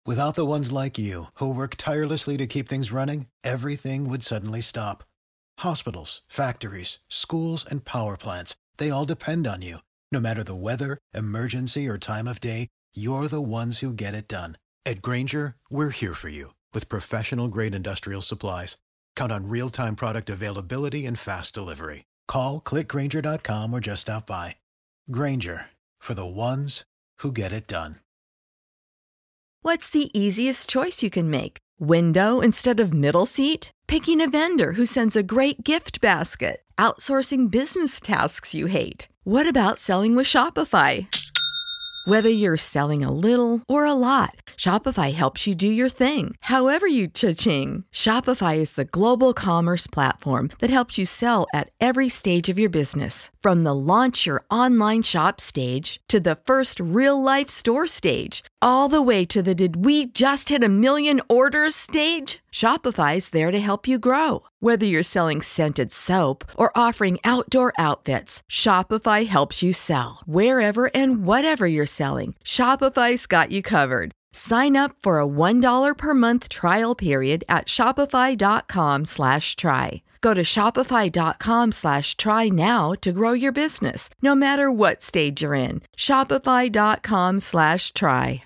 Without the ones like you, who work tirelessly to keep things running, everything would suddenly stop. Hospitals, factories, schools, and power plants, they all depend on you. No matter the weather, emergency, or time of day, you're the ones who get it done. At Grainger, we're here for you with professional-grade industrial supplies. Count on real-time product availability and fast delivery. Call, click Grainger.com, or just stop by. Grainger, for the ones who get it done. What's the easiest choice you can make? Window instead of middle seat? Picking a vendor who sends a great gift basket? Outsourcing business tasks you hate? What about selling with Shopify? Whether you're selling a little or a lot, Shopify helps you do your thing, however you cha-ching. Shopify is the global commerce platform that helps you sell at every stage of your business. From the launch your online shop stage to the first real-life store stage, all the way to the did we just hit a million orders stage? Shopify's there to help you grow. Whether you're selling scented soap or offering outdoor outfits, Shopify helps you sell. Wherever and whatever you're selling, Shopify's got you covered. Sign up for a $1 per month trial period at shopify.com/try. Go to shopify.com/try now to grow your business, no matter what stage you're in. Shopify.com/try.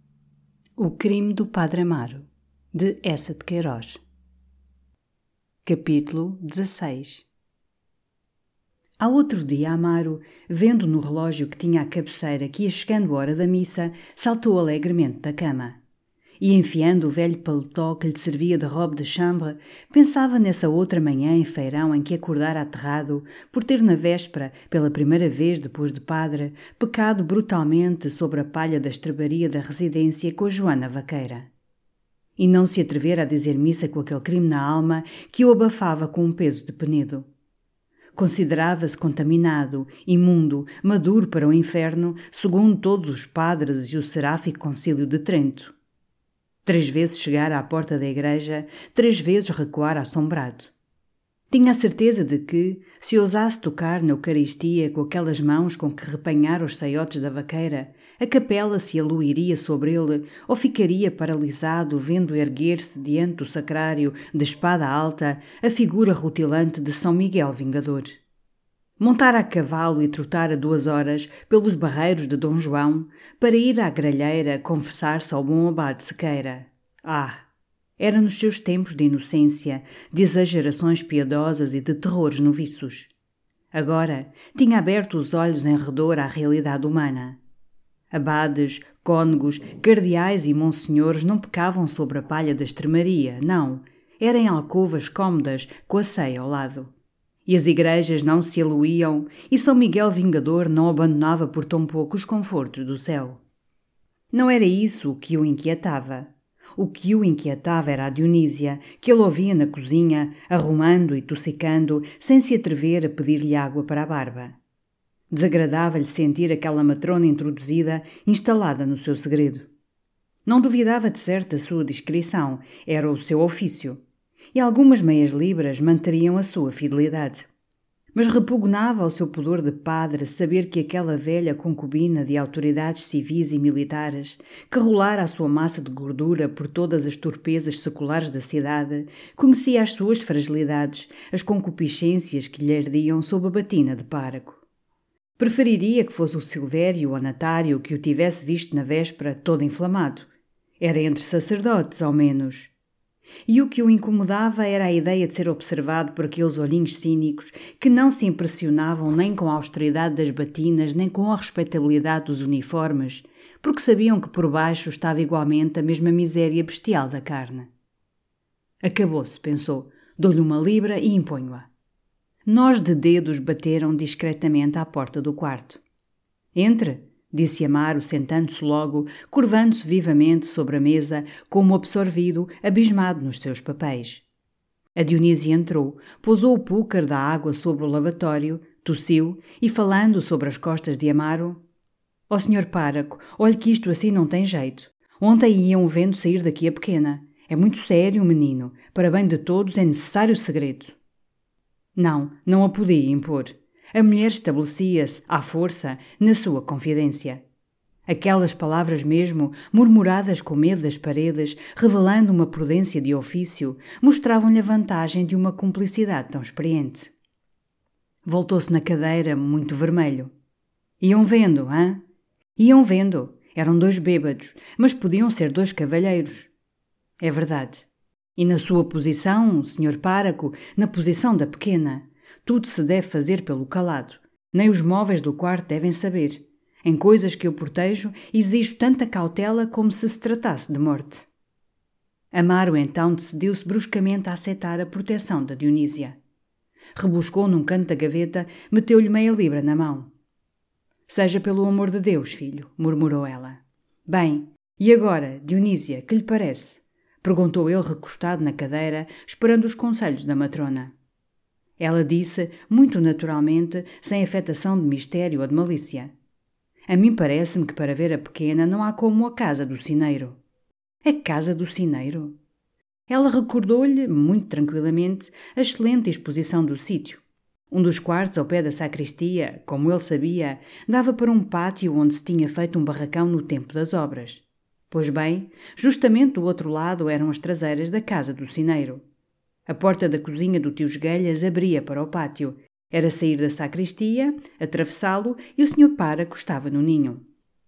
O Crime do Padre Amaro, de Essa de Queiroz. Capítulo 16. Ao outro dia, Amaro, vendo no relógio que tinha à cabeceira que ia chegando a hora da missa, saltou alegremente da cama. E enfiando o velho paletó que lhe servia de robe de chambre, pensava nessa outra manhã em feirão em que acordara aterrado por ter na véspera, pela primeira vez depois de padre, pecado brutalmente sobre a palha da estrebaria da residência com a Joana Vaqueira. E não se atrevera a dizer missa com aquele crime na alma que o abafava com um peso de penedo. Considerava-se contaminado, imundo, maduro para o inferno, segundo todos os padres e o seráfico concílio de Trento. 3 vezes chegara à porta da igreja, 3 vezes recuara assombrado. Tinha a certeza de que, se ousasse tocar na Eucaristia com aquelas mãos com que repanhara os saiotes da vaqueira, a capela se aluiria sobre ele ou ficaria paralisado vendo erguer-se diante do sacrário, de espada alta, a figura rutilante de São Miguel Vingador. Montara a cavalo e trotara 2 horas pelos barreiros de Dom João para ir à gralheira confessar-se ao bom abade Sequeira. Era nos seus tempos de inocência, de exagerações piedosas e de terrores noviços. Agora tinha aberto os olhos em redor à realidade humana. Abades, cônegos, cardeais e monsenhores não pecavam sobre a palha da extremaria, não. Era em alcovas cômodas, com a ceia ao lado. E as igrejas não se aluíam, e São Miguel Vingador não abandonava por tão pouco os confortos do céu. Não era isso o que o inquietava. O que o inquietava era a Dionísia, que ele ouvia na cozinha, arrumando e tossicando, sem se atrever a pedir-lhe água para a barba. Desagradava-lhe sentir aquela matrona introduzida, instalada no seu segredo. Não duvidava de certo da sua discrição, era o seu ofício. E algumas meias libras manteriam a sua fidelidade. Mas repugnava ao seu pudor de padre saber que aquela velha concubina de autoridades civis e militares, que rolara a sua massa de gordura por todas as torpezas seculares da cidade, conhecia as suas fragilidades, as concupiscências que lhe ardiam sob a batina de páraco. Preferiria que fosse o Silvério ou Natário que o tivesse visto na véspera todo inflamado. Era entre sacerdotes, ao menos. E o que o incomodava era a ideia de ser observado por aqueles olhinhos cínicos que não se impressionavam nem com a austeridade das batinas nem com a respeitabilidade dos uniformes, porque sabiam que por baixo estava igualmente a mesma miséria bestial da carne. Acabou-se, pensou, dou-lhe 1 libra e imponho-a. Nós de dedos bateram discretamente à porta do quarto. Entre, disse Amaro, sentando-se logo, curvando-se vivamente sobre a mesa, como absorvido, abismado nos seus papéis. A Dionísia entrou, pousou o púcar da água sobre o lavatório, tossiu e, falando sobre as costas de Amaro, ó senhor páraco, olhe que isto assim não tem jeito. Ontem iam vendo sair daqui a pequena. É muito sério, menino. Para bem de todos é necessário segredo. Não a podia impor. A mulher estabelecia-se, à força, na sua confidência. Aquelas palavras mesmo, murmuradas com medo das paredes, revelando uma prudência de ofício, mostravam-lhe a vantagem de uma cumplicidade tão experiente. Voltou-se na cadeira, muito vermelho. Iam vendo, hã? Iam vendo. Eram 2 bêbados, mas podiam ser 2 cavalheiros. É verdade. E na sua posição, Sr. Páraco, na posição da pequena, tudo se deve fazer pelo calado. Nem os móveis do quarto devem saber. Em coisas que eu protejo, exijo tanta cautela como se tratasse de morte. Amaro então decidiu-se bruscamente a aceitar a proteção da Dionísia. Rebuscou num canto da gaveta, meteu-lhe meia libra na mão. Seja pelo amor de Deus, filho, murmurou ela. Bem, e agora, Dionísia, que lhe parece? Perguntou ele recostado na cadeira, esperando os conselhos da matrona. Ela disse, muito naturalmente, sem afetação de mistério ou de malícia. A mim parece-me que para ver a pequena não há como a casa do sineiro. A casa do sineiro? Ela recordou-lhe, muito tranquilamente, a excelente disposição do sítio. Um dos quartos ao pé da sacristia, como ele sabia, dava para um pátio onde se tinha feito um barracão no tempo das obras. Pois bem, justamente do outro lado eram as traseiras da casa do sineiro. A porta da cozinha do tio Esguelhas abria para o pátio. Era sair da sacristia, atravessá-lo e o Sr. Páraco estava no ninho.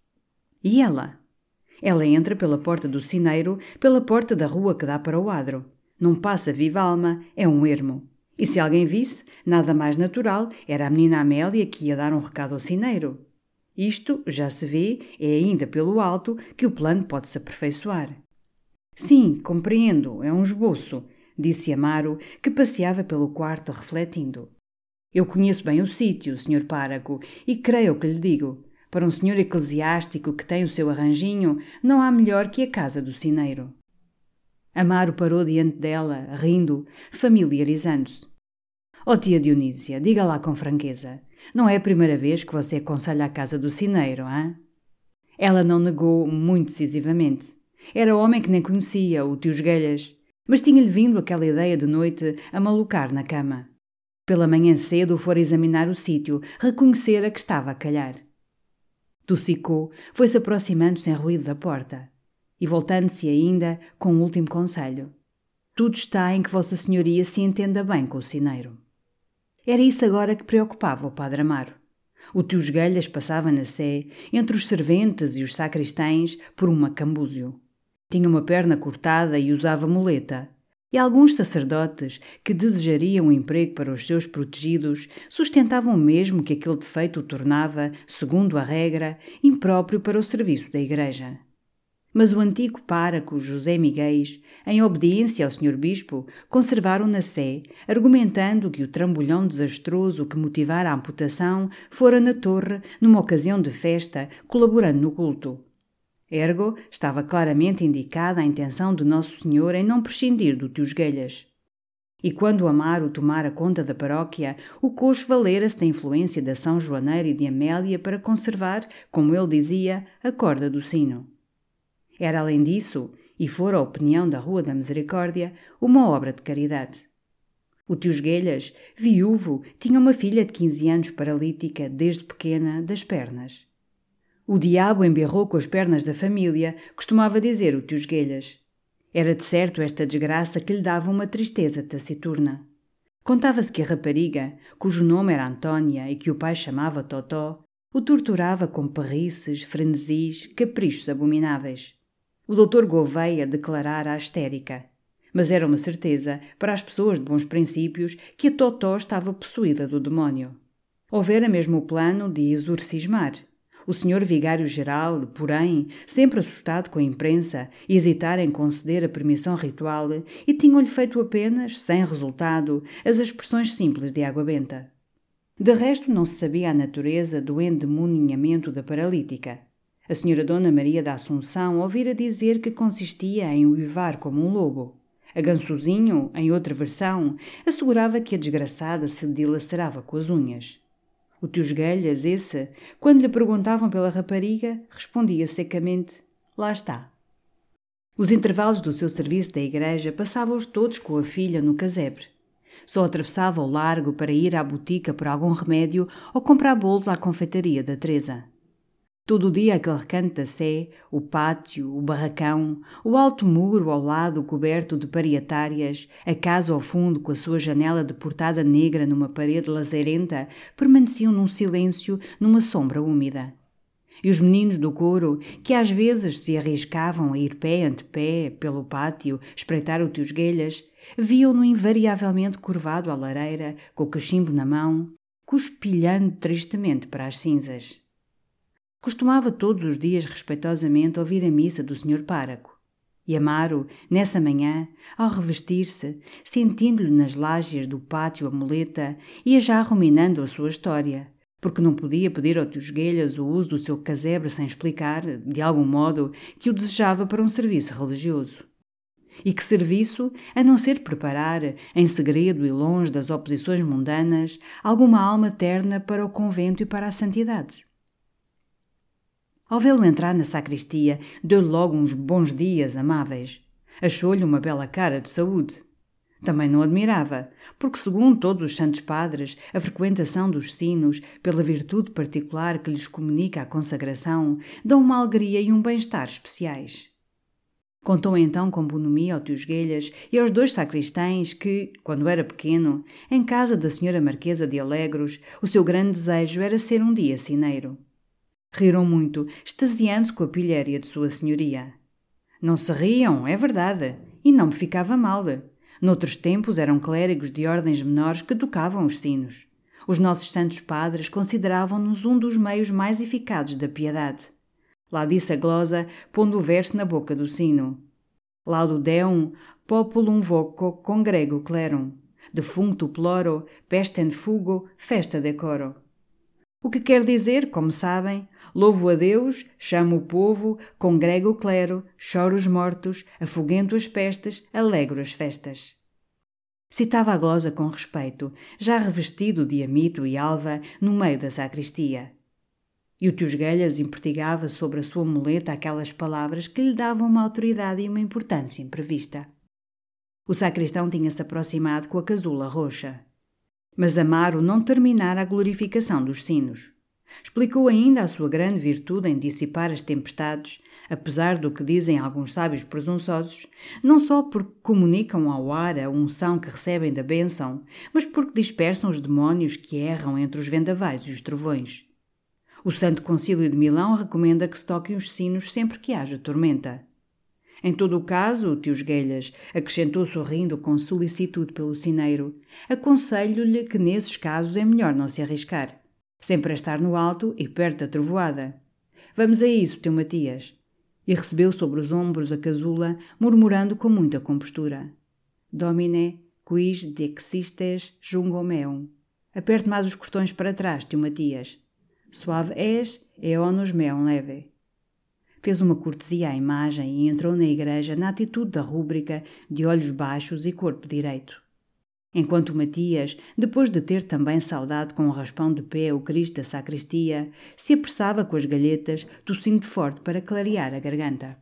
E ela? Ela entra pela porta do sineiro, pela porta da rua que dá para o adro. Não passa viva alma, é um ermo. E se alguém visse, nada mais natural, era a menina Amélia que ia dar um recado ao sineiro. Isto, já se vê, é ainda pelo alto que o plano pode-se aperfeiçoar. Sim, compreendo, é um esboço, disse Amaro, que passeava pelo quarto refletindo. Eu conheço bem o sítio, Sr. Páraco, e creio o que lhe digo. Para um senhor eclesiástico que tem o seu arranjinho, não há melhor que a casa do sineiro. Amaro parou diante dela, rindo, familiarizando-se. Oh, tia Dionísia, diga lá com franqueza, não é a primeira vez que você aconselha a casa do sineiro, hã? Ela não negou muito decisivamente. Era homem que nem conhecia, o tio Esguelhas, mas tinha-lhe vindo aquela ideia de noite a malucar na cama. Pela manhã cedo fora examinar o sítio, reconhecera que estava a calhar. Tossicou, foi-se aproximando sem ruído da porta e voltando-se ainda com um último conselho. Tudo está em que Vossa Senhoria se entenda bem com o sineiro. Era isso agora que preocupava o padre Amaro. O tio Esguelhas passava na sé, entre os serventes e os sacristães, por um macambúzio. Tinha uma perna cortada e usava muleta. E alguns sacerdotes, que desejariam um emprego para os seus protegidos, sustentavam mesmo que aquele defeito o tornava, segundo a regra, impróprio para o serviço da igreja. Mas o antigo pároco José Miguéis, em obediência ao Sr. Bispo, conservaram na sé, argumentando que o trambolhão desastroso que motivara a amputação fora na torre, numa ocasião de festa, colaborando no culto. Ergo, estava claramente indicada a intenção de Nosso Senhor em não prescindir do tio Esguelhas. E quando Amaro tomara conta da paróquia, o coxo valera-se da influência da São Joaneira e de Amélia para conservar, como ele dizia, a corda do sino. Era, além disso, e fora a opinião da Rua da Misericórdia, uma obra de caridade. O tio Esguelhas, viúvo, tinha uma filha de 15 anos paralítica, desde pequena, das pernas. O diabo emberrou com as pernas da família, costumava dizer o tio Esguelhas. Era de certo esta desgraça que lhe dava uma tristeza taciturna. Contava-se que a rapariga, cujo nome era Antônia e que o pai chamava Totó, o torturava com perrices, frenesis, caprichos abomináveis. O doutor Gouveia declarara a histérica. Mas era uma certeza, para as pessoas de bons princípios, que a Totó estava possuída do demónio. Houvera mesmo o plano de exorcismar. O senhor vigário-geral, porém, sempre assustado com a imprensa, hesitara em conceder a permissão ritual e tinham-lhe feito apenas, sem resultado, as expressões simples de água benta. De resto, não se sabia a natureza do endemoninhamento da paralítica. A senhora Dona Maria da Assunção ouvira dizer que consistia em uivar como um lobo. A Gansozinho, em outra versão, assegurava que a desgraçada se dilacerava com as unhas. O tio Esguelhas, esse, quando lhe perguntavam pela rapariga, respondia secamente: lá está. Os intervalos do seu serviço da igreja passava-os todos com a filha no casebre. Só atravessava o largo para ir à botica por algum remédio ou comprar bolos à confeitaria da Teresa. Todo o dia aquele recanto da sé, o pátio, o barracão, o alto muro ao lado coberto de pariatárias, a casa ao fundo com a sua janela de portada negra numa parede lazeirenta, permaneciam num silêncio, numa sombra úmida. E os meninos do coro, que às vezes se arriscavam a ir pé ante pé pelo pátio, espreitar o tio Esguelhas, viam-no invariavelmente curvado à lareira, com o cachimbo na mão, cuspilhando tristemente para as cinzas. Costumava todos os dias respeitosamente ouvir a missa do Sr. Páraco. E Amaro, nessa manhã, ao revestir-se, sentindo-lhe nas lajes do pátio a muleta, ia já ruminando a sua história, porque não podia pedir ao tio Esguelhas o uso do seu casebre sem explicar, de algum modo, que o desejava para um serviço religioso. E que serviço, a não ser preparar, em segredo e longe das oposições mundanas, alguma alma terna para o convento e para a santidade. Ao vê-lo entrar na sacristia, deu-lhe logo uns bons dias amáveis. Achou-lhe uma bela cara de saúde. Também não admirava, porque, segundo todos os santos padres, a frequentação dos sinos, pela virtude particular que lhes comunica a consagração, dão uma alegria e um bem-estar especiais. Contou então com bonomia ao tio Esguelhas e aos 2 sacristães que, quando era pequeno, em casa da senhora Marquesa de Alegros, o seu grande desejo era ser um dia sineiro. Riram muito, extasiando-se com a pilhéria de sua senhoria. Não se riam, é verdade, e não me ficava mal. Noutros tempos eram clérigos de ordens menores que tocavam os sinos. Os nossos santos padres consideravam-nos um dos meios mais eficazes da piedade. Lá disse a glosa, pondo o verso na boca do sino. Laudo Deum, populum voco congrego clerum, defuncto ploro, pestem fugo, festa decoro. O que quer dizer, como sabem, louvo a Deus, chamo o povo, congrego o clero, choro os mortos, afugento as pestes, alegro as festas. Citava a glosa com respeito, já revestido de amito e alva, no meio da sacristia. E o tio Esguelhas impertigava sobre a sua muleta aquelas palavras que lhe davam uma autoridade e uma importância imprevista. O sacristão tinha-se aproximado com a casula roxa. Mas Amaro não terminara a glorificação dos sinos. Explicou ainda a sua grande virtude em dissipar as tempestades, apesar do que dizem alguns sábios presunçosos, não só porque comunicam ao ar a unção que recebem da bênção, mas porque dispersam os demónios que erram entre os vendavais e os trovões. O Santo Concílio de Milão recomenda que se toquem os sinos sempre que haja tormenta. Em todo o caso, o tio Esguelhas, acrescentou sorrindo com solicitude pelo sineiro, aconselho-lhe que nesses casos é melhor não se arriscar. Sempre a estar no alto e perto da trovoada. Vamos a isso, teu Matias. E recebeu sobre os ombros a casula, murmurando com muita compostura. Domine, quis dexistes jungo meum. Aperte mais os cortões para trás, tio Matias. Suave és, eonos meum leve. Fez uma cortesia à imagem e entrou na igreja na atitude da rúbrica, de olhos baixos e corpo direito. Enquanto Matias, depois de ter também saudado com um raspão de pé o Cristo da sacristia, se apressava com as galhetas, tossindo forte para clarear a garganta.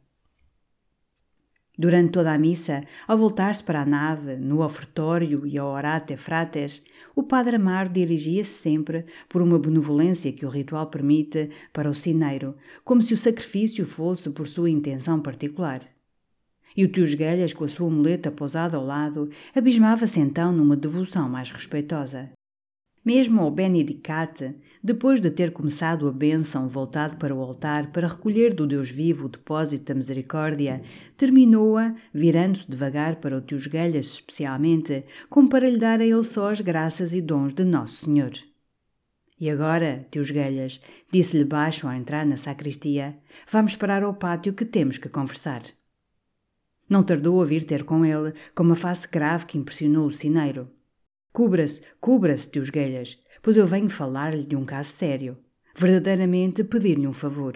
Durante toda a missa, ao voltar-se para a nave, no ofertório e ao orate frates, o padre Amaro dirigia-se sempre, por uma benevolência que o ritual permite, para o sineiro, como se o sacrifício fosse por sua intenção particular. E o tio Esguelhas, com a sua muleta pousada ao lado, abismava-se então numa devoção mais respeitosa. Mesmo ao Benedicate, depois de ter começado a bênção voltado para o altar para recolher do Deus vivo o depósito da misericórdia, terminou-a, virando-se devagar para o tio Esguelhas especialmente, como para lhe dar a ele só as graças e dons de Nosso Senhor. E agora, tio Esguelhas, disse-lhe baixo ao entrar na sacristia, vamos parar ao pátio que temos que conversar. Não tardou a vir ter com ele, com uma face grave que impressionou o sineiro. Cubra-se, tio Esguelhas, pois eu venho falar-lhe de um caso sério. Verdadeiramente pedir-lhe um favor.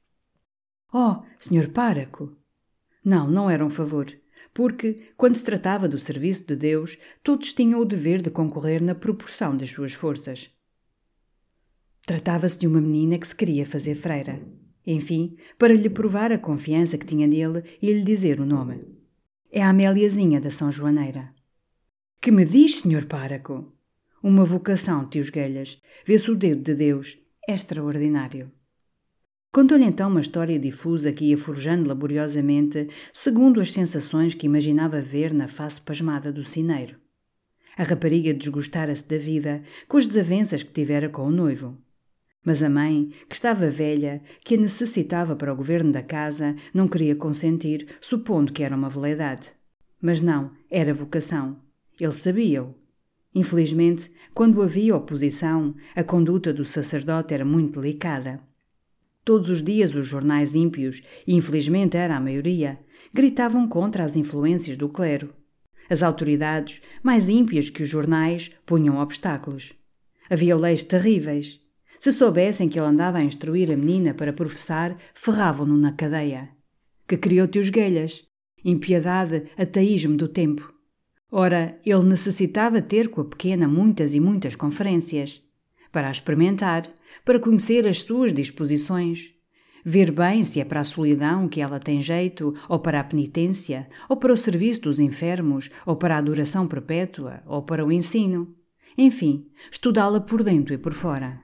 Oh, senhor páraco! Não era um favor, porque, quando se tratava do serviço de Deus, todos tinham o dever de concorrer na proporção das suas forças. Tratava-se de uma menina que se queria fazer freira. Enfim, para lhe provar a confiança que tinha nele e lhe dizer o nome. É a Améliazinha da São Joaneira. Que me diz, senhor páraco? Uma vocação, tio Esguelhas. Vê-se o dedo de Deus. É extraordinário. Contou-lhe então uma história difusa que ia forjando laboriosamente, segundo as sensações que imaginava ver na face pasmada do sineiro. A rapariga desgostara-se da vida, com as desavenças que tivera com o noivo. Mas a mãe, que estava velha, que a necessitava para o governo da casa, não queria consentir, supondo que era uma veleidade. Mas não, era vocação. Ele sabia-o. Infelizmente, quando havia oposição, a conduta do sacerdote era muito delicada. Todos os dias os jornais ímpios, e infelizmente era a maioria, gritavam contra as influências do clero. As autoridades, mais ímpias que os jornais, punham obstáculos. Havia leis terríveis. Se soubessem que ele andava a instruir a menina para professar, ferravam-no na cadeia. Que criou Teosguelhas? Impiedade, ateísmo do tempo. Ora, ele necessitava ter com a pequena muitas e muitas conferências. Para a experimentar, para conhecer as suas disposições. Ver bem se é para a solidão que ela tem jeito, ou para a penitência, ou para o serviço dos enfermos, ou para a adoração perpétua, ou para o ensino. Enfim, estudá-la por dentro e por fora.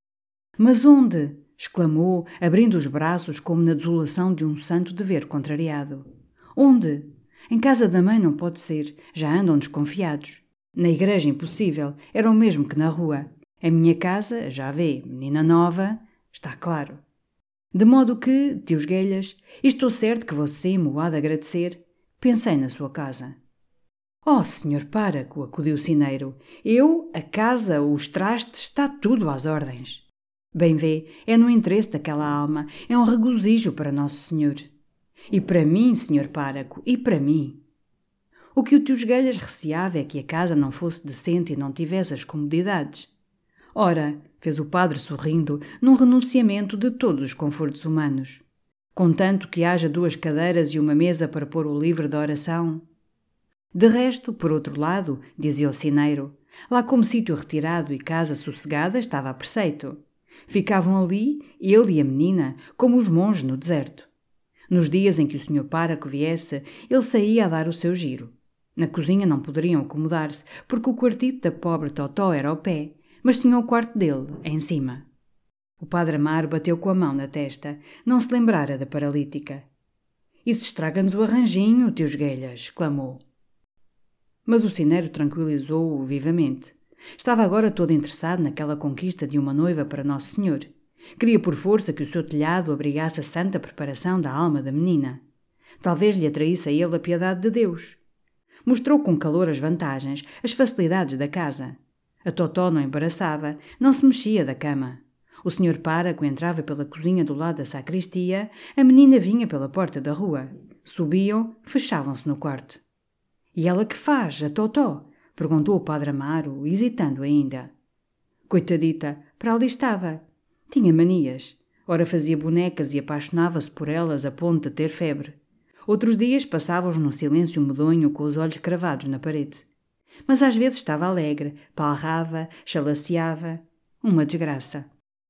«Mas onde?» exclamou, abrindo os braços como na desolação de um santo dever contrariado. «Onde? Em casa da mãe não pode ser, já andam desconfiados. Na igreja impossível, era o mesmo que na rua. Em minha casa, já vê, menina nova, está claro. De modo que, Teosguelhas, e estou certo que você me há de agradecer, pensei na sua casa.» «Oh, senhor pároco», acudiu o sineiro, «eu, a casa, os trastes, está tudo às ordens. Bem vê, é no interesse daquela alma, é um regozijo para Nosso Senhor. E para mim, senhor pároco, e para mim.» O que o Teosguelhas receava é que a casa não fosse decente e não tivesse as comodidades. Ora, fez o padre sorrindo, num renunciamento de todos os confortos humanos. Contanto que haja 2 cadeiras e uma mesa para pôr o livro da oração. De resto, por outro lado, dizia o sineiro, lá como sítio retirado e casa sossegada estava a preceito. Ficavam ali, ele e a menina, como os monges no deserto. Nos dias em que o senhor pároco viesse, ele saía a dar o seu giro. Na cozinha não poderiam acomodar-se, porque o quartito da pobre Totó era ao pé, mas tinha o quarto dele, em cima. O padre Amaro bateu com a mão na testa, não se lembrara da paralítica. «Isso estraga-nos o arranjinho, Teosguelhas», clamou. Mas o sineiro tranquilizou-o vivamente. Estava agora todo interessado naquela conquista de uma noiva para Nosso Senhor. Queria por força que o seu telhado abrigasse a santa preparação da alma da menina. Talvez lhe atraísse a ele a piedade de Deus. Mostrou com calor as vantagens, as facilidades da casa. A Totó não embaraçava, não se mexia da cama. O senhor pároco entrava pela cozinha do lado da sacristia, a menina vinha pela porta da rua. Subiam, fechavam-se no quarto. «E ela que faz, a Totó?» perguntou o padre Amaro, hesitando ainda. Coitadita, para ali estava. Tinha manias. Ora fazia bonecas e apaixonava-se por elas a ponto de ter febre. Outros dias passava-os num silêncio medonho com os olhos cravados na parede. Mas às vezes estava alegre, palrava, chalaceava. Uma desgraça.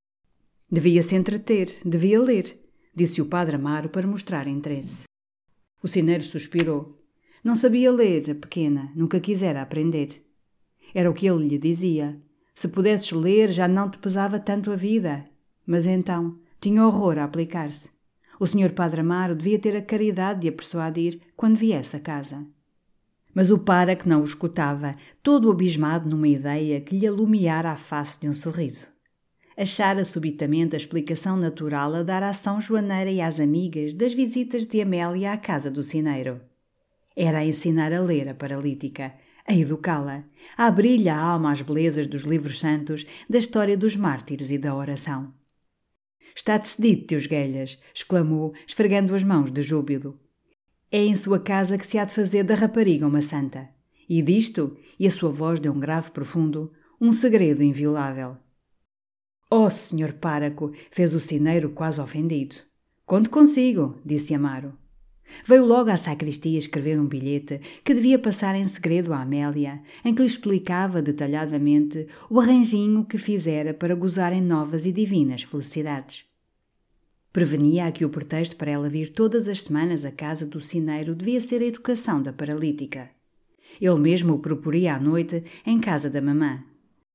«Devia se entreter, devia ler», disse o padre Amaro para mostrar interesse. O sineiro suspirou. Não sabia ler, a pequena, nunca quisera aprender. Era o que ele lhe dizia. Se pudesses ler, já não te pesava tanto a vida. Mas então, tinha horror a aplicar-se. O senhor padre Amaro devia ter a caridade de a persuadir quando viesse a casa. Mas o pároco não o escutava, todo abismado numa ideia que lhe alumiara a face de um sorriso. Achara subitamente a explicação natural a dar à São Joaneira e às amigas das visitas de Amélia à casa do sineiro. Era a ensinar a ler a paralítica, a educá-la, a abrir-lhe a alma às belezas dos livros santos, da história dos mártires e da oração. «Está decidido, Teosguelhas», exclamou, esfregando as mãos de júbilo. «É em sua casa que se há de fazer da rapariga uma santa. E disto», e a sua voz deu um grave profundo, «um segredo inviolável.» «Oh, senhor pároco», fez o sineiro quase ofendido. «Conte consigo», disse Amaro. Veio logo à sacristia escrever um bilhete que devia passar em segredo à Amélia, em que lhe explicava detalhadamente o arranjinho que fizera para gozarem novas e divinas felicidades. Prevenia-a que o pretexto para ela vir todas as semanas à casa do sineiro devia ser a educação da paralítica. Ele mesmo o proporia à noite em casa da mamã.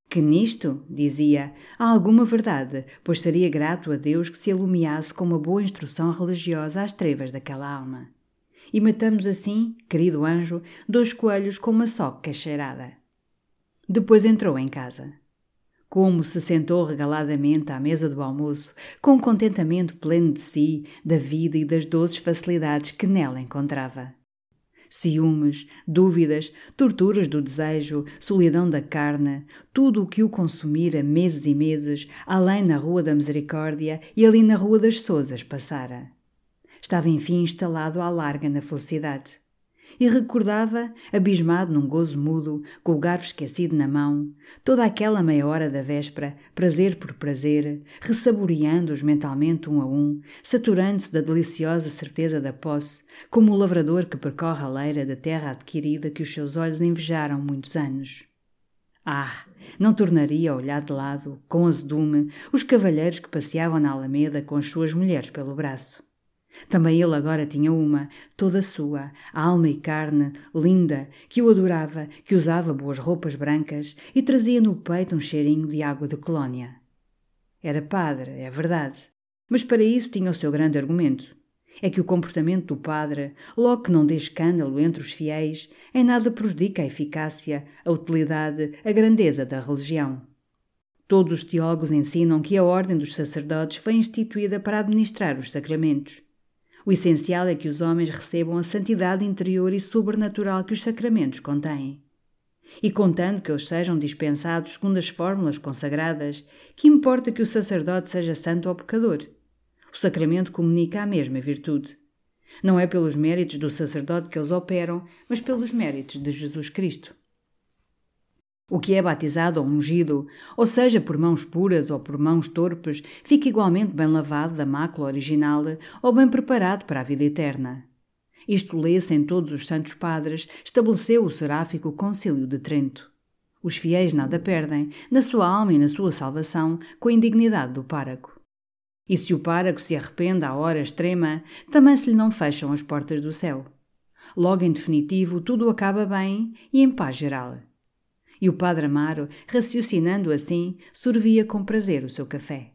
Que nisto, dizia, há alguma verdade, pois seria grato a Deus que se alumiasse com uma boa instrução religiosa às trevas daquela alma. E matamos assim, querido anjo, 2 coelhos com uma só cacheirada. Depois entrou em casa. Como se sentou regaladamente à mesa do almoço, com um contentamento pleno de si, da vida e das doces facilidades que nela encontrava. Ciúmes, dúvidas, torturas do desejo, solidão da carne, tudo o que o consumira meses e meses, além na Rua da Misericórdia e ali na Rua das Sousas passara. Estava enfim instalado à larga na felicidade. E recordava, abismado num gozo mudo, com o garfo esquecido na mão, toda aquela meia hora da véspera, prazer por prazer, ressaboreando-os mentalmente um a um, saturando-se da deliciosa certeza da posse, como o lavrador que percorre a leira da terra adquirida que os seus olhos invejaram muitos anos. Ah, não tornaria a olhar de lado, com azedume, os cavalheiros que passeavam na Alameda com as suas mulheres pelo braço. Também ele agora tinha uma, toda sua, alma e carne, linda, que o adorava, que usava boas roupas brancas e trazia no peito um cheirinho de água de colónia. Era padre, é verdade, mas para isso tinha o seu grande argumento. É que o comportamento do padre, logo que não dê escândalo entre os fiéis, em nada prejudica a eficácia, a utilidade, a grandeza da religião. Todos os teólogos ensinam que a ordem dos sacerdotes foi instituída para administrar os sacramentos. O essencial é que os homens recebam a santidade interior e sobrenatural que os sacramentos contêm. E contando que eles sejam dispensados segundo as fórmulas consagradas, que importa que o sacerdote seja santo ou pecador? O sacramento comunica a mesma virtude. Não é pelos méritos do sacerdote que eles operam, mas pelos méritos de Jesus Cristo. O que é batizado ou ungido, ou seja por mãos puras ou por mãos torpes, fica igualmente bem lavado da mácula original ou bem preparado para a vida eterna. Isto lê-se em todos os santos padres, estabeleceu o seráfico Concílio de Trento. Os fiéis nada perdem, na sua alma e na sua salvação, com a indignidade do pároco. E se o pároco se arrepende à hora extrema, também se lhe não fecham as portas do céu. Logo em definitivo, tudo acaba bem e em paz geral. E o padre Amaro, raciocinando assim, sorvia com prazer o seu café.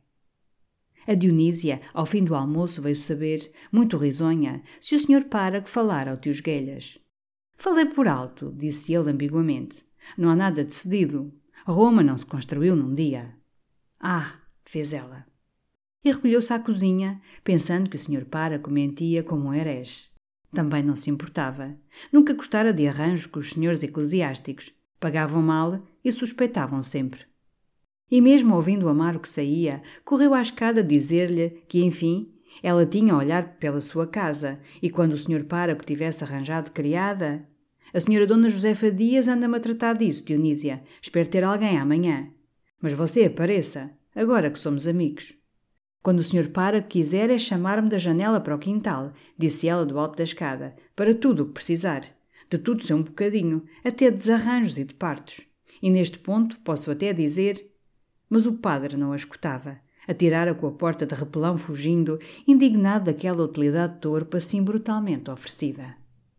A Dionísia, ao fim do almoço, veio saber, muito risonha, se o senhor pároco falara ao tio Esguelhas. Falei por alto, disse ele ambiguamente. Não há nada decidido. Roma não se construiu num dia. Ah, fez ela. E recolheu-se à cozinha, pensando que o senhor pároco mentia como um herege. Também não se importava. Nunca gostara de arranjos com os senhores eclesiásticos. Pagavam mal e suspeitavam sempre. E mesmo ouvindo o Amaro que saía, correu à escada dizer-lhe que, enfim, ela tinha a olhar pela sua casa e quando o senhor pároco tivesse arranjado criada... A senhora Dona Josefa Dias anda-me a tratar disso, Dionísia. Espero ter alguém amanhã. Mas você apareça, agora que somos amigos. Quando o senhor pároco quiser é chamar-me da janela para o quintal, disse ela do alto da escada, para tudo o que precisar. De tudo ser um bocadinho, até de desarranjos e de partos. E neste ponto posso até dizer... Mas o padre não a escutava. Atirara com a porta de repelão fugindo, indignado daquela utilidade torpe assim brutalmente oferecida.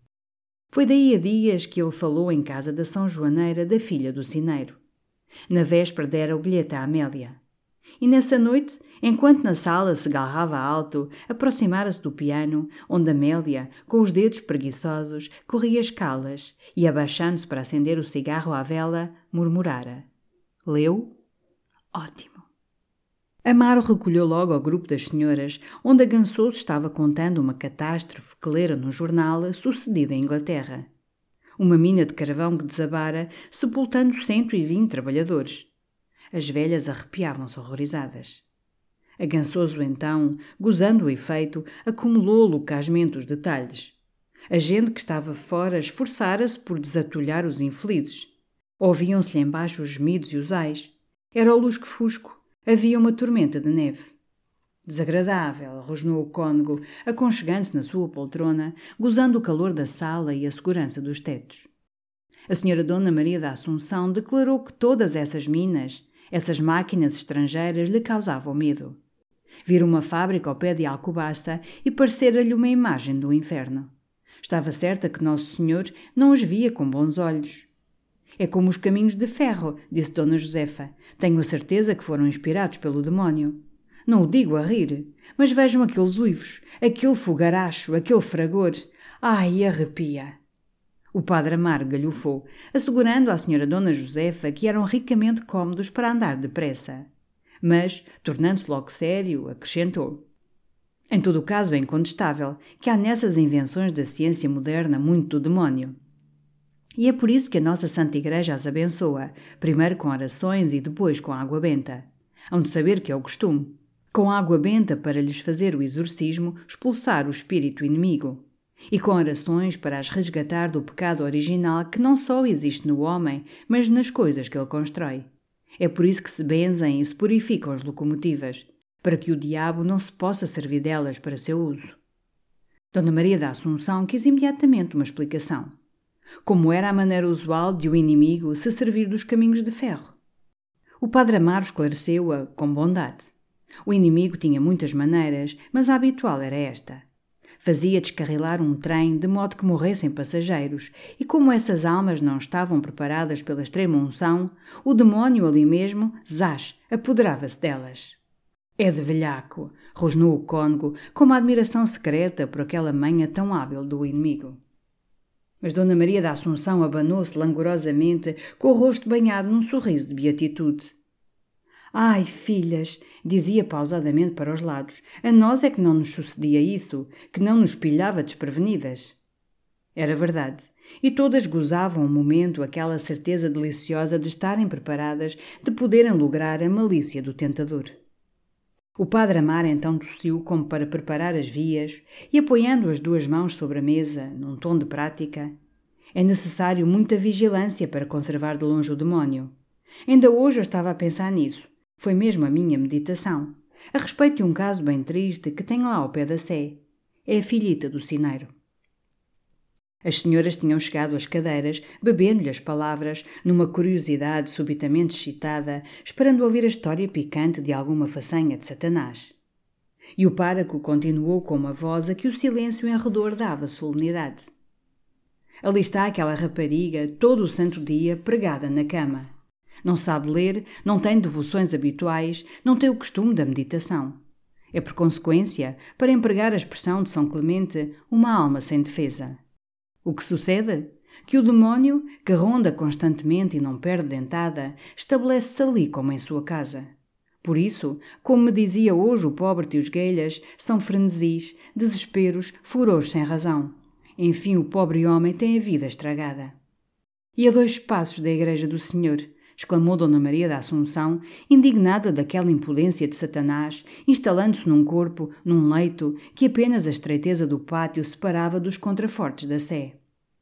Foi daí a dias que ele falou em casa da São Joaneira da filha do sineiro. Na véspera dera o bilhete à Amélia. E nessa noite, enquanto na sala se galrava alto, aproximara-se do piano, onde Amélia, com os dedos preguiçosos, corria escalas e, abaixando-se para acender o cigarro à vela, murmurara. Leu? Ótimo. Amaro recolheu logo ao grupo das senhoras, onde a Gansoso estava contando uma catástrofe que lera no jornal sucedida em Inglaterra. Uma mina de carvão que desabara, sepultando 120 trabalhadores. As velhas arrepiavam-se horrorizadas. A Gansoso, então, gozando o efeito, acumulou loucamente os detalhes. A gente que estava fora esforçara-se por desatulhar os infelizes. Ouviam-se-lhe embaixo os gemidos e os ais. Era o lusco-fusco. Havia uma tormenta de neve. Desagradável, rosnou o cônego, aconchegando-se na sua poltrona, gozando o calor da sala e a segurança dos tetos. A senhora Dona Maria da Assunção declarou que todas essas minas, essas máquinas estrangeiras, lhe causavam medo. Vira uma fábrica ao pé de Alcobaça e parecera-lhe uma imagem do inferno. Estava certa que Nosso Senhor não as via com bons olhos. É como os caminhos de ferro, disse Dona Josefa. Tenho a certeza que foram inspirados pelo demónio. Não o digo a rir, mas vejam aqueles uivos, aquele fogaracho, aquele fragor. Ai, arrepia! O padre Amaro galhofou, assegurando à senhora Dona Josefa que eram ricamente cómodos para andar depressa. Mas, tornando-se logo sério, acrescentou: em todo o caso é incontestável que há nessas invenções da ciência moderna muito do demónio. E é por isso que a nossa Santa Igreja as abençoa, primeiro com orações e depois com água benta. Hão de saber que é o costume. Com água benta para lhes fazer o exorcismo, expulsar o espírito inimigo. E com orações para as resgatar do pecado original que não só existe no homem, mas nas coisas que ele constrói. É por isso que se benzem e se purificam as locomotivas, para que o diabo não se possa servir delas para seu uso. Dona Maria da Assunção quis imediatamente uma explicação. Como era a maneira usual de o inimigo se servir dos caminhos de ferro? O padre Amaro esclareceu-a com bondade. O inimigo tinha muitas maneiras, mas a habitual era esta. Fazia descarrilar um trem de modo que morressem passageiros, e como essas almas não estavam preparadas pela extrema unção, o demónio ali mesmo, zás, apoderava-se delas. É de velhaco, rosnou o cônego, com uma admiração secreta por aquela manha tão hábil do inimigo. Mas Dona Maria da Assunção abanou-se langorosamente, com o rosto banhado num sorriso de beatitude. Ai, filhas, dizia pausadamente para os lados, a nós é que não nos sucedia isso, que não nos pilhava desprevenidas. Era verdade, e todas gozavam um momento aquela certeza deliciosa de estarem preparadas, de poderem lograr a malícia do tentador. O padre Amaro então tossiu como para preparar as vias e, apoiando as duas mãos sobre a mesa, num tom de prática: é necessário muita vigilância para conservar de longe o demónio. Ainda hoje eu estava a pensar nisso. Foi mesmo a minha meditação. A respeito de um caso bem triste que tem lá ao pé da Sé. É a filhita do sineiro. As senhoras tinham chegado às cadeiras, bebendo-lhe as palavras, numa curiosidade subitamente excitada, esperando ouvir a história picante de alguma façanha de Satanás. E o pároco continuou com uma voz a que o silêncio em redor dava solenidade. Ali está aquela rapariga, todo o santo dia, pregada na cama. Não sabe ler, não tem devoções habituais, não tem o costume da meditação. É, por consequência, para empregar a expressão de São Clemente, uma alma sem defesa. O que sucede? Que o demónio, que ronda constantemente e não perde dentada, estabelece-se ali como em sua casa. Por isso, como me dizia hoje o pobre tio Esguelhas, são frenesis, desesperos, furores sem razão. Enfim, o pobre homem tem a vida estragada. E a 2 passos da igreja do Senhor, exclamou Dona Maria da Assunção, indignada daquela impudência de Satanás, instalando-se num corpo, num leito, que apenas a estreiteza do pátio separava dos contrafortes da Sé.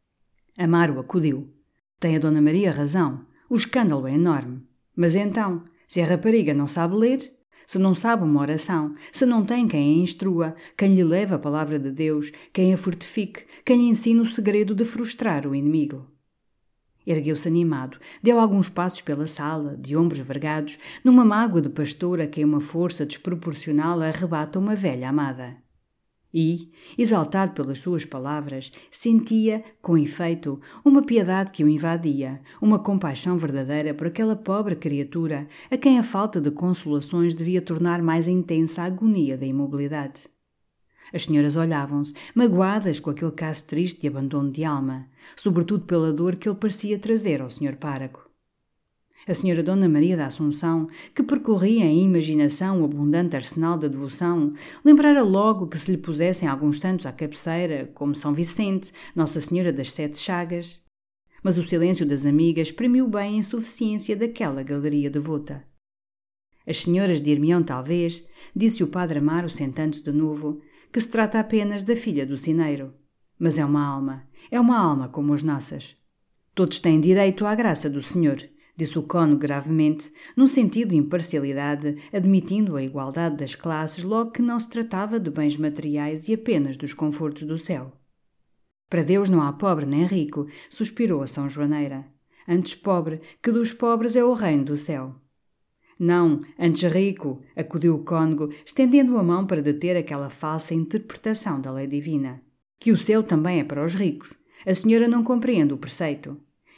Amaro acudiu. Tem a Dona Maria razão. O escândalo é enorme. Mas então, se a rapariga não sabe ler, se não sabe uma oração, se não tem quem a instrua, quem lhe leve a palavra de Deus, quem a fortifique, quem lhe ensine o segredo de frustrar o inimigo. Ergueu-se animado, deu alguns passos pela sala, de ombros vergados, numa mágoa de pastor a quem uma força desproporcional arrebata uma velha amada. E, exaltado pelas suas palavras, sentia, com efeito, uma piedade que o invadia, uma compaixão verdadeira por aquela pobre criatura a quem a falta de consolações devia tornar mais intensa a agonia da imobilidade. As senhoras olhavam-se, magoadas com aquele caso triste de abandono de alma, sobretudo pela dor que ele parecia trazer ao senhor pároco. A senhora Dona Maria da Assunção, que percorria em imaginação o abundante arsenal da devoção, lembrara logo que se lhe pusessem alguns santos à cabeceira, como São Vicente, Nossa Senhora das 7 Chagas. Mas o silêncio das amigas exprimiu bem a insuficiência daquela galeria devota. As senhoras dir-me-ão talvez, disse o padre Amaro sentando-se de novo, que se trata apenas da filha do sineiro. Mas é uma alma como as nossas. Todos têm direito à graça do Senhor, disse o cônego gravemente, num sentido de imparcialidade, admitindo a igualdade das classes logo que não se tratava de bens materiais e apenas dos confortos do céu. Para Deus não há pobre nem rico, suspirou a São Joaneira. Antes pobre, que dos pobres é o reino do céu. Não, antes rico, acudiu o cônego, estendendo a mão para deter aquela falsa interpretação da lei divina. Que o céu também é para os ricos. A senhora não compreende o preceito.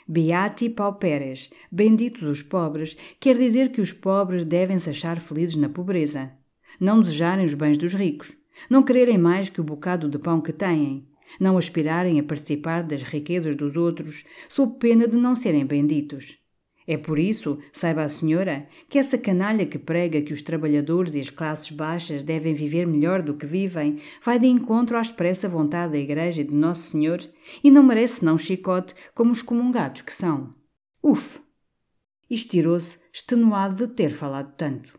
Beati pauperes, benditos os pobres, quer dizer que os pobres devem se achar felizes na pobreza, não desejarem os bens dos ricos, não quererem mais que o bocado de pão que têm, não aspirarem a participar das riquezas dos outros, sob pena de não serem benditos. É por isso, saiba a senhora, que essa canalha que prega que os trabalhadores e as classes baixas devem viver melhor do que vivem, vai de encontro à expressa vontade da Igreja e de Nosso Senhor e não merece senão chicote como os comungados que são. Uf! Estirou-se, extenuado de ter falado tanto.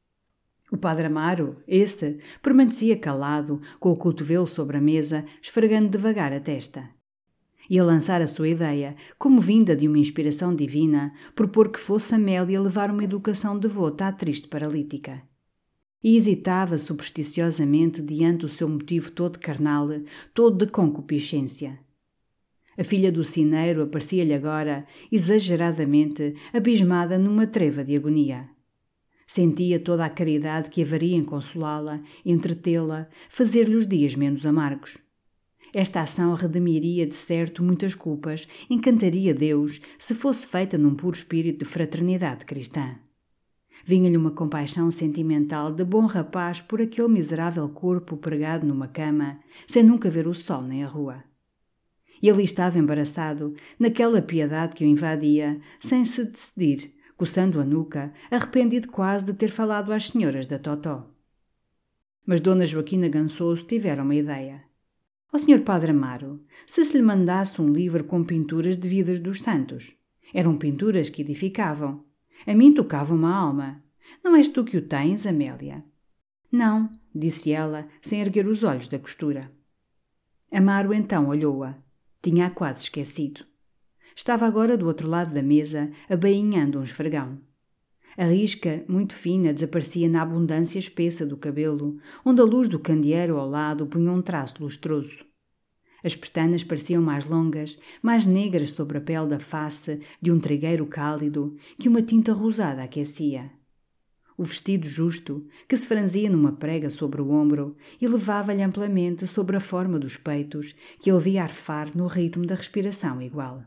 O padre Amaro, esse, permanecia calado, com o cotovelo sobre a mesa, esfregando devagar a testa. Ia lançar a sua ideia, como vinda de uma inspiração divina, propor que fosse Amélia levar uma educação devota à triste paralítica. E hesitava supersticiosamente diante do seu motivo todo carnal, todo de concupiscência. A filha do sineiro aparecia-lhe agora, exageradamente, abismada numa treva de agonia. Sentia toda a caridade que haveria em consolá-la, entretê-la, fazer-lhe os dias menos amargos. Esta ação redimiria de certo muitas culpas, encantaria Deus, se fosse feita num puro espírito de fraternidade cristã. Vinha-lhe uma compaixão sentimental de bom rapaz por aquele miserável corpo pregado numa cama, sem nunca ver o sol nem a rua. E ali estava embaraçado, naquela piedade que o invadia, sem se decidir, coçando a nuca, arrependido quase de ter falado às senhoras da Totó. Mas Dona Joaquina Gansoso tivera uma ideia. Ó Sr. Padre Amaro, se lhe mandasse um livro com pinturas de vidas dos santos. Eram pinturas que edificavam. A mim tocavam-me a alma. Não és tu que o tens, Amélia? Não, disse ela, sem erguer os olhos da costura. Amaro então olhou-a. Tinha-a quase esquecido. Estava agora do outro lado da mesa, abainhando um esfregão. A risca, muito fina, desaparecia na abundância espessa do cabelo, onde a luz do candeeiro ao lado punha um traço lustroso. As pestanas pareciam mais longas, mais negras sobre a pele da face de um trigueiro cálido que uma tinta rosada aquecia. O vestido justo, que se franzia numa prega sobre o ombro, elevava-lhe amplamente sobre a forma dos peitos, que ele via arfar no ritmo da respiração igual.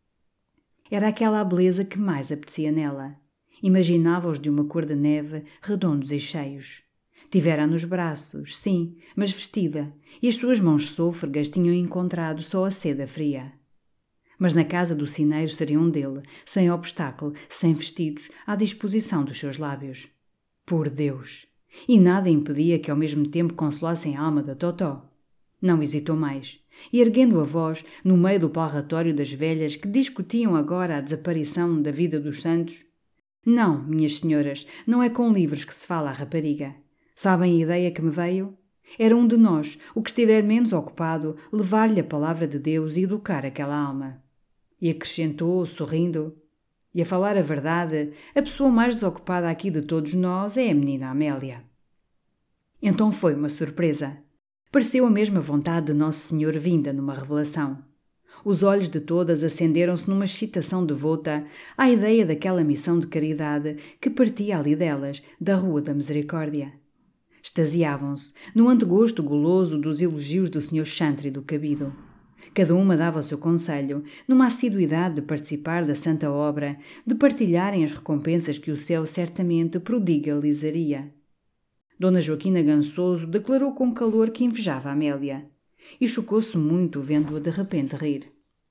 Era aquela a beleza que mais apetecia nela. Imaginava-os de uma cor de neve, redondos e cheios. Tivera-a nos braços, sim, mas vestida, e as suas mãos sôfregas tinham encontrado só a seda fria. Mas na casa do sineiro seriam dele, sem obstáculo, sem vestidos, à disposição dos seus lábios. Por Deus! E nada impedia que ao mesmo tempo consolassem a alma da Totó. Não hesitou mais, e erguendo a voz, no meio do palratório das velhas que discutiam agora a desaparição da vida dos santos: Não, minhas senhoras, não é com livros que se fala a rapariga. Sabem a ideia que me veio? Era um de nós, o que estiver menos ocupado, levar-lhe a palavra de Deus e educar aquela alma. E acrescentou, sorrindo: E a falar a verdade, a pessoa mais desocupada aqui de todos nós é a menina Amélia. Então foi uma surpresa. Pareceu a mesma vontade de Nosso Senhor vinda numa revelação. Os olhos de todas acenderam-se numa excitação devota à ideia daquela missão de caridade que partia ali delas, da Rua da Misericórdia. Extasiavam-se, no antegosto goloso dos elogios do Sr. Chantre do Cabido. Cada uma dava o seu conselho, numa assiduidade de participar da santa obra, de partilharem as recompensas que o céu certamente prodigalizaria. Dona Joaquina Gansoso declarou com calor que invejava Amélia, e chocou-se muito vendo-a de repente rir.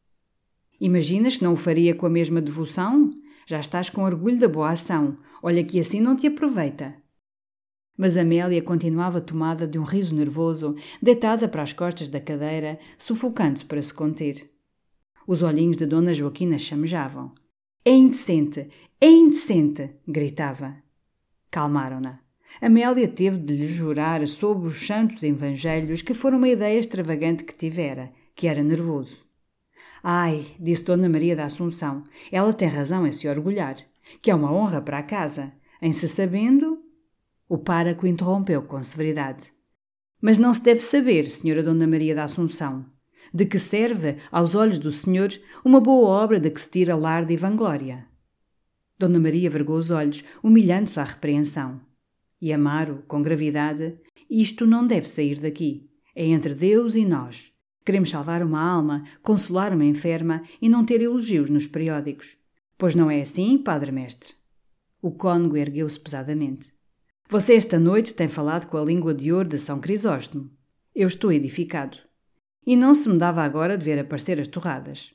Imaginas que não o faria com a mesma devoção? Já estás com orgulho da boa ação. Olha que assim não te aproveita. Mas Amélia continuava tomada de um riso nervoso, deitada para as costas da cadeira, sufocando-se para se conter. Os olhinhos de Dona Joaquina chamejavam. É indecente! É indecente! Gritava. Calmaram-na. Amélia teve de lhe jurar sobre os santos evangelhos que fora uma ideia extravagante que tivera, que era nervoso. Ai, disse Dona Maria da Assunção, ela tem razão em se orgulhar, que é uma honra para a casa, em se sabendo... O pároco interrompeu com severidade. Mas não se deve saber, senhora Dona Maria da Assunção, de que serve, aos olhos do senhor, uma boa obra de que se tira alarde e vanglória. Dona Maria vergou os olhos, humilhando-se à repreensão. E Amaro, com gravidade: Isto não deve sair daqui. É entre Deus e nós. Queremos salvar uma alma, consolar uma enferma e não ter elogios nos periódicos. Pois não é assim, Padre Mestre? O cônego ergueu-se pesadamente. Você esta noite tem falado com a língua de ouro de São Crisóstomo. Eu estou edificado. E não se me dava agora de ver aparecer as torradas.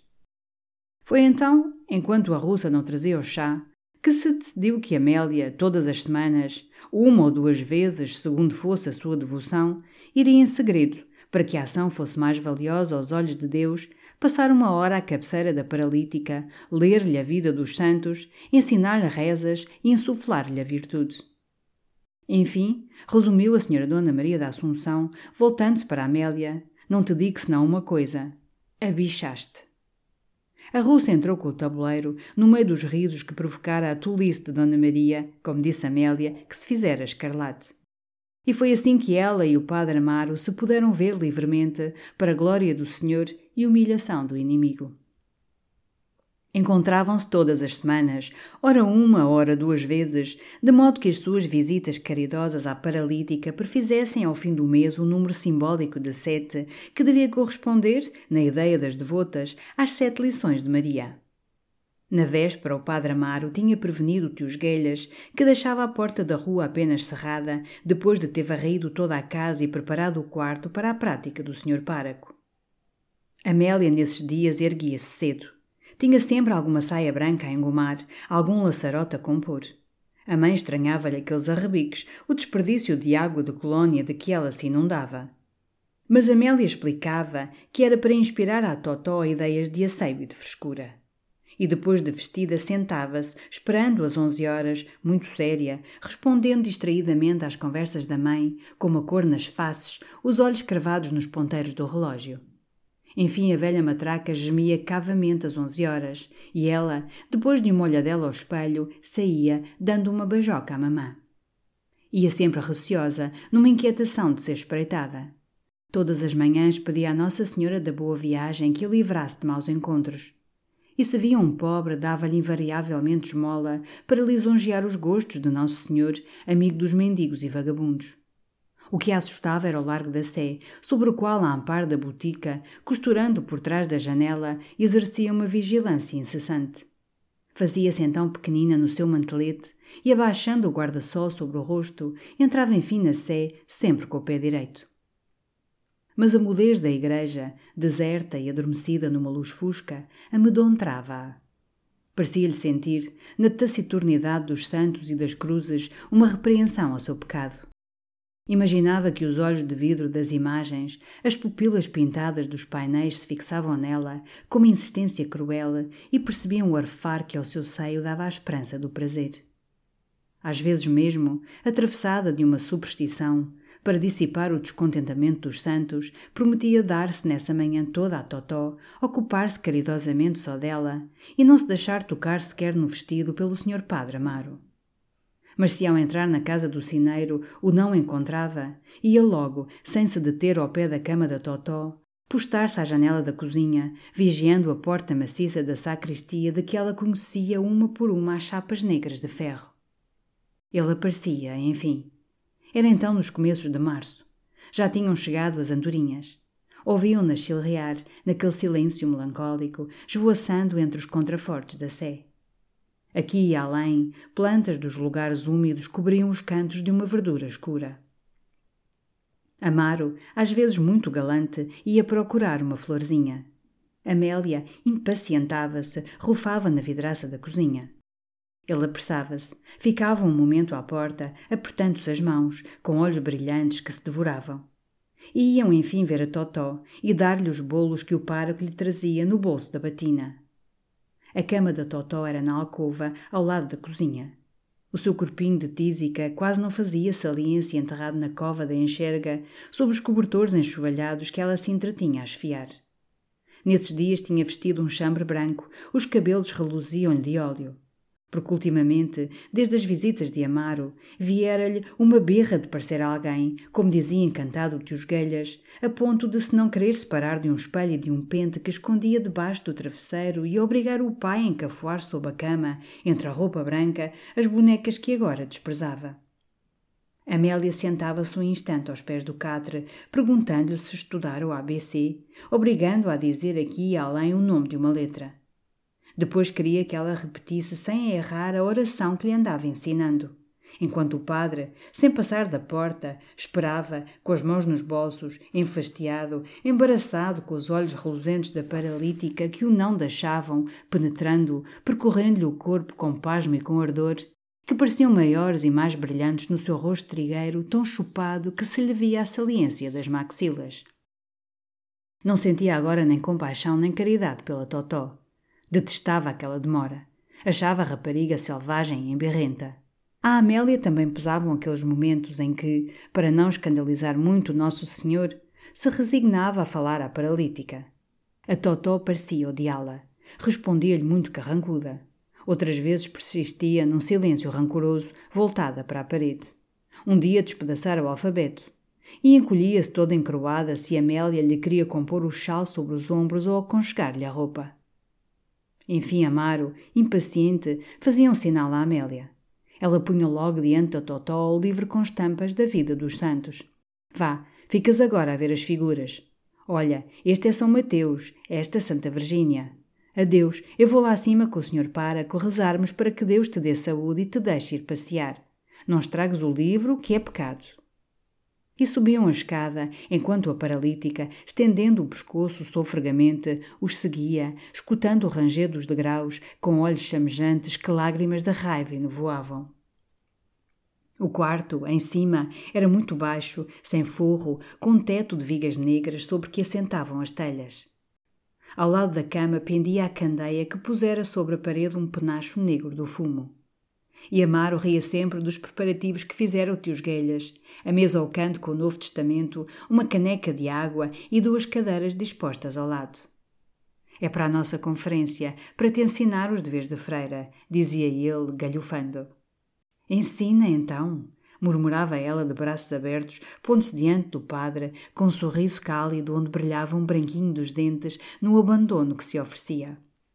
Foi então, enquanto a russa não trazia o chá, que se decidiu que Amélia, todas as semanas, 1 ou 2 vezes, segundo fosse a sua devoção, iria em segredo, para que a ação fosse mais valiosa aos olhos de Deus, passar 1 hora à cabeceira da paralítica, ler-lhe a vida dos santos, ensinar-lhe rezas e insuflar-lhe a virtude. Enfim, resumiu a senhora Dona Maria da Assunção, voltando-se para Amélia, não te digo senão uma coisa: abichaste. A russa entrou com o tabuleiro, no meio dos risos que provocara a tolice de Dona Maria, como disse Amélia, que se fizera escarlate. E foi assim que ela e o padre Amaro se puderam ver livremente, para a glória do Senhor e humilhação do inimigo. Encontravam-se todas as semanas, ora 1, ora 2 vezes, de modo que as suas visitas caridosas à paralítica prefizessem ao fim do mês o número simbólico de 7, que devia corresponder, na ideia das devotas, às 7 lições de Maria. Na véspera, o padre Amaro tinha prevenido o tio Esguelhas, que deixava a porta da rua apenas cerrada, depois de ter varrido toda a casa e preparado o quarto para a prática do senhor pároco. Amélia, nesses dias, erguia-se cedo. Tinha sempre alguma saia branca a engomar, algum laçarote a compor. A mãe estranhava-lhe aqueles arrebiques, o desperdício de água de colónia de que ela se inundava. Mas Amélia explicava que era para inspirar à Totó ideias de asseio e de frescura. E depois de vestida sentava-se, esperando às 11 horas, muito séria, respondendo distraidamente às conversas da mãe, com uma cor nas faces, os olhos cravados nos ponteiros do relógio. Enfim, a velha matraca gemia cavamente às 11 horas, e ela, depois de uma olhadela ao espelho, saía, dando uma beijoca à mamã. Ia sempre receosa, numa inquietação de ser espreitada. Todas as manhãs pedia à Nossa Senhora da Boa Viagem que a livrasse de maus encontros. E se via um pobre, dava-lhe invariavelmente esmola para lisonjear os gostos de Nosso Senhor, amigo dos mendigos e vagabundos. O que a assustava era o Largo da Sé, sobre o qual, a amparo da botica, costurando por trás da janela, exercia uma vigilância incessante. Fazia-se então pequenina no seu mantelete e, abaixando o guarda-sol sobre o rosto, entrava enfim na Sé, sempre com o pé direito. Mas a mudez da igreja, deserta e adormecida numa luz fusca, amedrontava-a. Parecia-lhe sentir, na taciturnidade dos santos e das cruzes, uma repreensão ao seu pecado. Imaginava que os olhos de vidro das imagens, as pupilas pintadas dos painéis se fixavam nela com uma insistência cruel e percebiam o arfar que ao seu seio dava a esperança do prazer. Às vezes mesmo, atravessada de uma superstição, para dissipar o descontentamento dos santos, prometia dar-se nessa manhã toda à Totó, ocupar-se caridosamente só dela e não se deixar tocar sequer no vestido pelo senhor padre Amaro. Mas se ao entrar na casa do sineiro o não encontrava, ia logo, sem se deter ao pé da cama da Totó, postar-se à janela da cozinha, vigiando a porta maciça da sacristia de que ela conhecia uma por uma as chapas negras de ferro. Ele aparecia, enfim. Era então nos começos de março. Já tinham chegado as andorinhas. Ouviam-nas chilrear, naquele silêncio melancólico, esvoaçando entre os contrafortes da Sé. Aqui e além, plantas dos lugares úmidos cobriam os cantos de uma verdura escura. Amaro, às vezes muito galante, ia procurar uma florzinha. Amélia impacientava-se, rufava na vidraça da cozinha. Ele apressava-se, ficava um momento à porta, apertando-se as mãos, com olhos brilhantes que se devoravam. E iam enfim ver a Totó e dar-lhe os bolos que o pároco lhe trazia no bolso da batina. A cama da Totó era na alcova, ao lado da cozinha. O seu corpinho de tísica quase não fazia saliência enterrado na cova da enxerga, sob os cobertores enxovalhados que ela se entretinha a esfiar. Nesses dias tinha vestido um chambre branco, os cabelos reluziam-lhe de óleo. Porque ultimamente, desde as visitas de Amaro, viera-lhe uma birra de parecer alguém, como dizia encantado o tio Esguelhas, a ponto de se não querer separar de um espelho e de um pente que escondia debaixo do travesseiro e obrigar o pai a encafuar sob a cama, entre a roupa branca, as bonecas que agora desprezava. Amélia sentava-se um instante aos pés do catre, perguntando-lhe se estudara o ABC, obrigando-a a dizer aqui e além o nome de uma letra. Depois queria que ela repetisse sem errar a oração que lhe andava ensinando, enquanto o padre, sem passar da porta, esperava, com as mãos nos bolsos, enfastiado, embaraçado com os olhos reluzentes da paralítica que o não deixavam, penetrando-o, percorrendo-lhe o corpo com pasmo e com ardor, que pareciam maiores e mais brilhantes no seu rosto trigueiro, tão chupado que se lhe via a saliência das maxilas. Não sentia agora nem compaixão nem caridade pela Totó. Detestava aquela demora. Achava a rapariga selvagem e embirrenta. À Amélia também pesavam aqueles momentos em que, para não escandalizar muito Nosso Senhor, se resignava a falar à paralítica. A Totó parecia odiá-la. Respondia-lhe muito carrancuda. Outras vezes persistia num silêncio rancoroso, voltada para a parede. Um dia despedaçara o alfabeto. E encolhia-se toda encroada se Amélia lhe queria compor o chal sobre os ombros ou aconchegar-lhe a roupa. Enfim, Amaro, impaciente, fazia um sinal à Amélia. Ela punha logo diante da Totó o livro com estampas da vida dos santos. Vá, ficas agora a ver as figuras. Olha, este é São Mateus, esta Santa Virgínia. Adeus, eu vou lá acima com o Senhor Páraco rezarmos para que Deus te dê saúde e te deixe ir passear. Não estragues o livro, que é pecado. E subiam a escada, enquanto a paralítica, estendendo o pescoço sofregamente, os seguia, escutando o ranger dos degraus, com olhos chamejantes que lágrimas de raiva nevoavam. O quarto, em cima, era muito baixo, sem forro, com um teto de vigas negras sobre que assentavam as telhas. Ao lado da cama pendia a candeia que pusera sobre a parede um penacho negro do fumo. E Amaro ria sempre dos preparativos que fizera o tio Esguelhas, a mesa ao canto com o Novo Testamento, uma caneca de água e 2 cadeiras dispostas ao lado. É para a nossa conferência, para te ensinar os deveres de freira, dizia ele, galhofando. Ensina, então, murmurava ela de braços abertos, pondo-se diante do padre, com um sorriso cálido onde brilhava um branquinho dos dentes no abandono que se oferecia.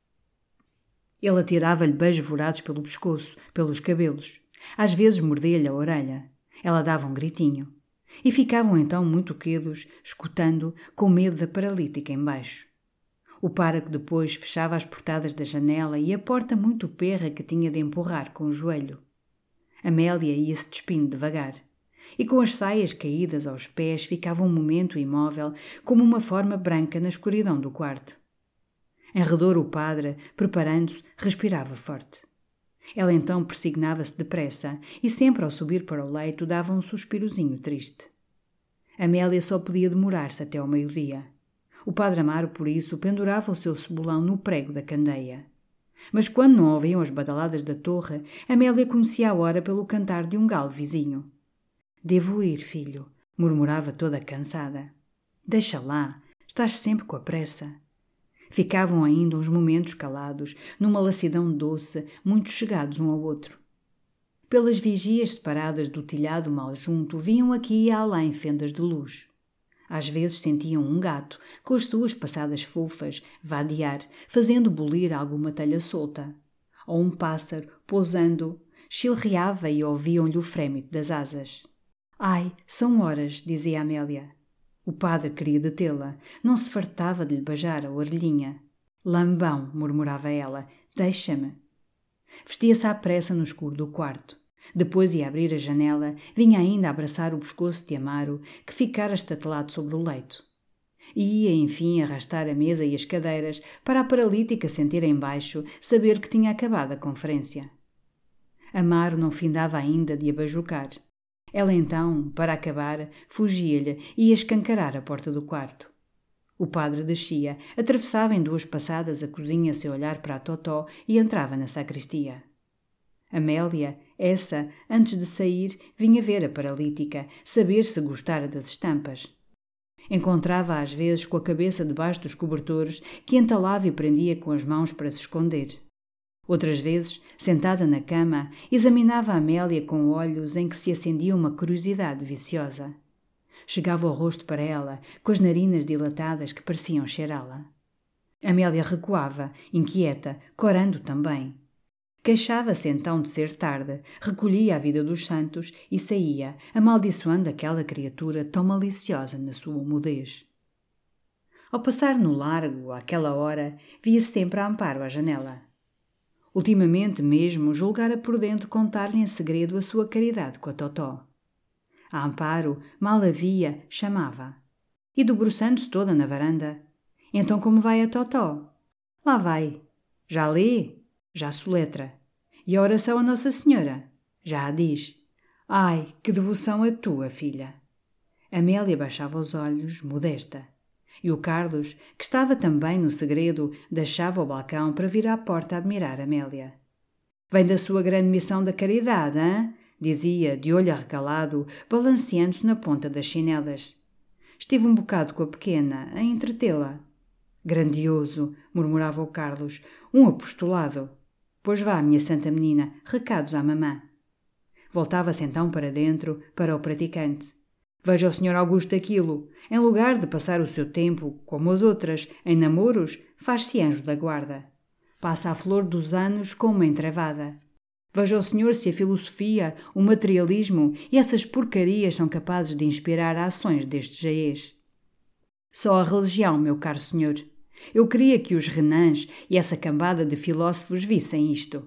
Ele atirava-lhe beijos vorados pelo pescoço, pelos cabelos. Às vezes mordia-lhe a orelha. Ela dava um gritinho. E ficavam então muito quedos, escutando, com medo da paralítica embaixo. O pároco depois fechava as portadas da janela e a porta muito perra que tinha de empurrar com o joelho. Amélia ia-se despindo devagar. E com as saias caídas aos pés ficava um momento imóvel, como uma forma branca na escuridão do quarto. Em redor o padre, preparando-se, respirava forte. Ela então persignava-se depressa e sempre ao subir para o leito dava um suspirozinho triste. Amélia só podia demorar-se até ao meio-dia. O padre Amaro, por isso, pendurava o seu cebolão no prego da candeia. Mas quando não ouviam as badaladas da torre, Amélia conhecia a hora pelo cantar de um galo vizinho. «Devo ir, filho», murmurava toda cansada. «Deixa lá, estás sempre com a pressa». Ficavam ainda uns momentos calados, numa lassidão doce, muito chegados um ao outro. Pelas vigias separadas do telhado mal junto, vinham aqui e além fendas de luz. Às vezes sentiam um gato, com as suas passadas fofas, vadear, fazendo bolir alguma telha solta. Ou um pássaro, pousando, chilreava e ouviam-lhe o frêmito das asas. «Ai, são horas», dizia Amélia. O padre queria detê-la, não se fartava de lhe beijar a orelhinha. «Lambão», murmurava ela, «deixa-me». Vestia-se à pressa no escuro do quarto. Depois ia abrir a janela, vinha ainda abraçar o pescoço de Amaro, que ficara estatelado sobre o leito. E ia, enfim, arrastar a mesa e as cadeiras para a paralítica sentir embaixo, saber que tinha acabado a conferência. Amaro não findava ainda de a bajucar. Ela então, para acabar, fugia-lhe e ia escancarar a porta do quarto. O padre descia, atravessava em 2 passadas a cozinha sem olhar para a Totó e entrava na sacristia. Amélia, essa, antes de sair, vinha ver a paralítica, saber se gostara das estampas. Encontrava-a às vezes com a cabeça debaixo dos cobertores, que entalava e prendia com as mãos para se esconder. Outras vezes, sentada na cama, examinava a Amélia com olhos em que se acendia uma curiosidade viciosa. Chegava o rosto para ela, com as narinas dilatadas que pareciam cheirá-la. Amélia recuava, inquieta, corando também. Queixava-se então de ser tarde, recolhia a vida dos santos e saía, amaldiçoando aquela criatura tão maliciosa na sua mudez. Ao passar no largo, àquela hora, via-se sempre a Amparo à janela. Ultimamente mesmo julgara por dentro contar-lhe em segredo a sua caridade com a Totó. A Amparo, mal a via, chamava. E debruçando-se toda na varanda. Então como vai a Totó? Lá vai. Já lê? Já soletra. E a oração a Nossa Senhora? Já a diz. Ai, que devoção a tua, filha! Amélia baixava os olhos, modesta. E o Carlos, que estava também no segredo, deixava o balcão para vir à porta admirar Amélia. Vem da sua grande missão da caridade, hein? Dizia, de olho arregalado, balanceando-se na ponta das chinelas. Estive um bocado com a pequena, a entretê-la. Grandioso, murmurava o Carlos, um apostolado. Pois vá, minha santa menina, recados à mamã. Voltava-se então para dentro, para o praticante. Veja o Sr. Augusto aquilo. Em lugar de passar o seu tempo, como as outras, em namoros, faz-se anjo da guarda. Passa a flor dos anos com uma entravada. Veja o senhor se a filosofia, o materialismo e essas porcarias são capazes de inspirar ações deste jaez. Só a religião, meu caro senhor. Eu queria que os Renans e essa cambada de filósofos vissem isto.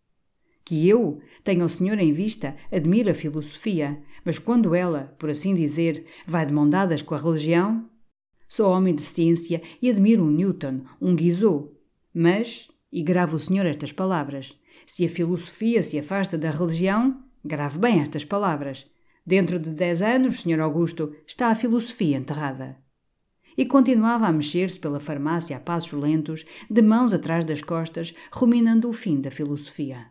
Que eu, tenho o senhor em vista, admiro a filosofia, mas quando ela, por assim dizer, vai de mão dadas com a religião? Sou homem de ciência e admiro um Newton, um Guizot. Mas, e grave o senhor estas palavras, se a filosofia se afasta da religião, grave bem estas palavras. Dentro de 10 anos, Sr. Augusto, está a filosofia enterrada. E continuava a mexer-se pela farmácia a passos lentos, de mãos atrás das costas, ruminando o fim da filosofia.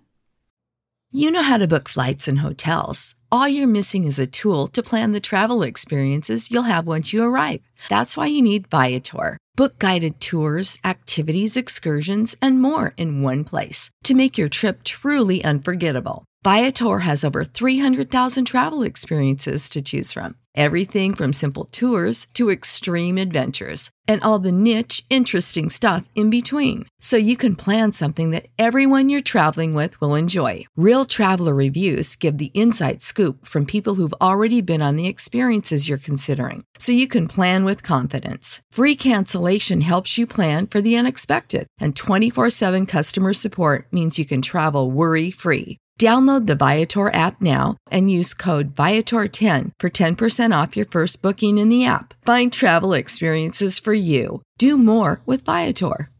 You know how to book flights and hotels. All you're missing is a tool to plan the travel experiences you'll have once you arrive. That's why you need Viator. Book guided tours, activities, excursions, and more in one place to make your trip truly unforgettable. Viator has over 300,000 travel experiences to choose from. Everything from simple tours to extreme adventures and all the niche, interesting stuff in between. So you can plan something that everyone you're traveling with will enjoy. Real traveler reviews give the inside scoop from people who've already been on the experiences you're considering. So you can plan with confidence. Free cancellation helps you plan for the unexpected. And 24/7 customer support means you can travel worry-free. Download the Viator app now and use code Viator10 for 10% off your first booking in the app. Find travel experiences for you. Do more with Viator.